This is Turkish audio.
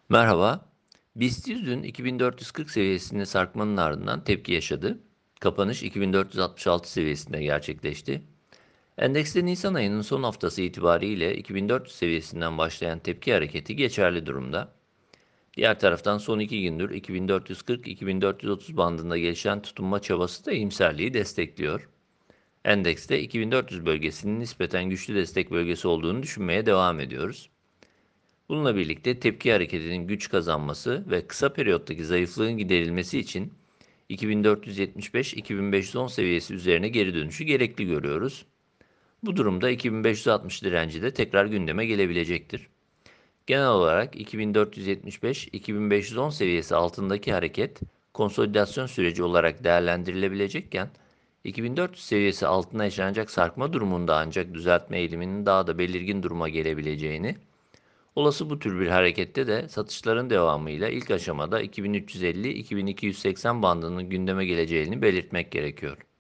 Merhaba. BIST 100 dün 2440 seviyesinde sarkmanın ardından tepki yaşadı. Kapanış 2466 seviyesinde gerçekleşti. Endekste Nisan ayının son haftası itibariyle 2400 seviyesinden başlayan tepki hareketi geçerli durumda. Diğer taraftan son 2 gündür 2440-2430 bandında gelişen tutunma çabası da iyimserliği destekliyor. Endekste 2400 bölgesinin nispeten güçlü destek bölgesi olduğunu düşünmeye devam ediyoruz. Bununla birlikte tepki hareketinin güç kazanması ve kısa periyottaki zayıflığın giderilmesi için 2475-2510 seviyesi üzerine geri dönüşü gerekli görüyoruz. Bu durumda 2560 direnci de tekrar gündeme gelebilecektir. Genel olarak 2475-2510 seviyesi altındaki hareket konsolidasyon süreci olarak değerlendirilebilecekken 2400 seviyesi altına yaşanacak sarkma durumunda ancak düzeltme eğiliminin daha da belirgin duruma gelebileceğini, olası bu tür bir harekette de satışların devamıyla ilk aşamada 2350-2280 bandının gündeme geleceğini belirtmek gerekiyor.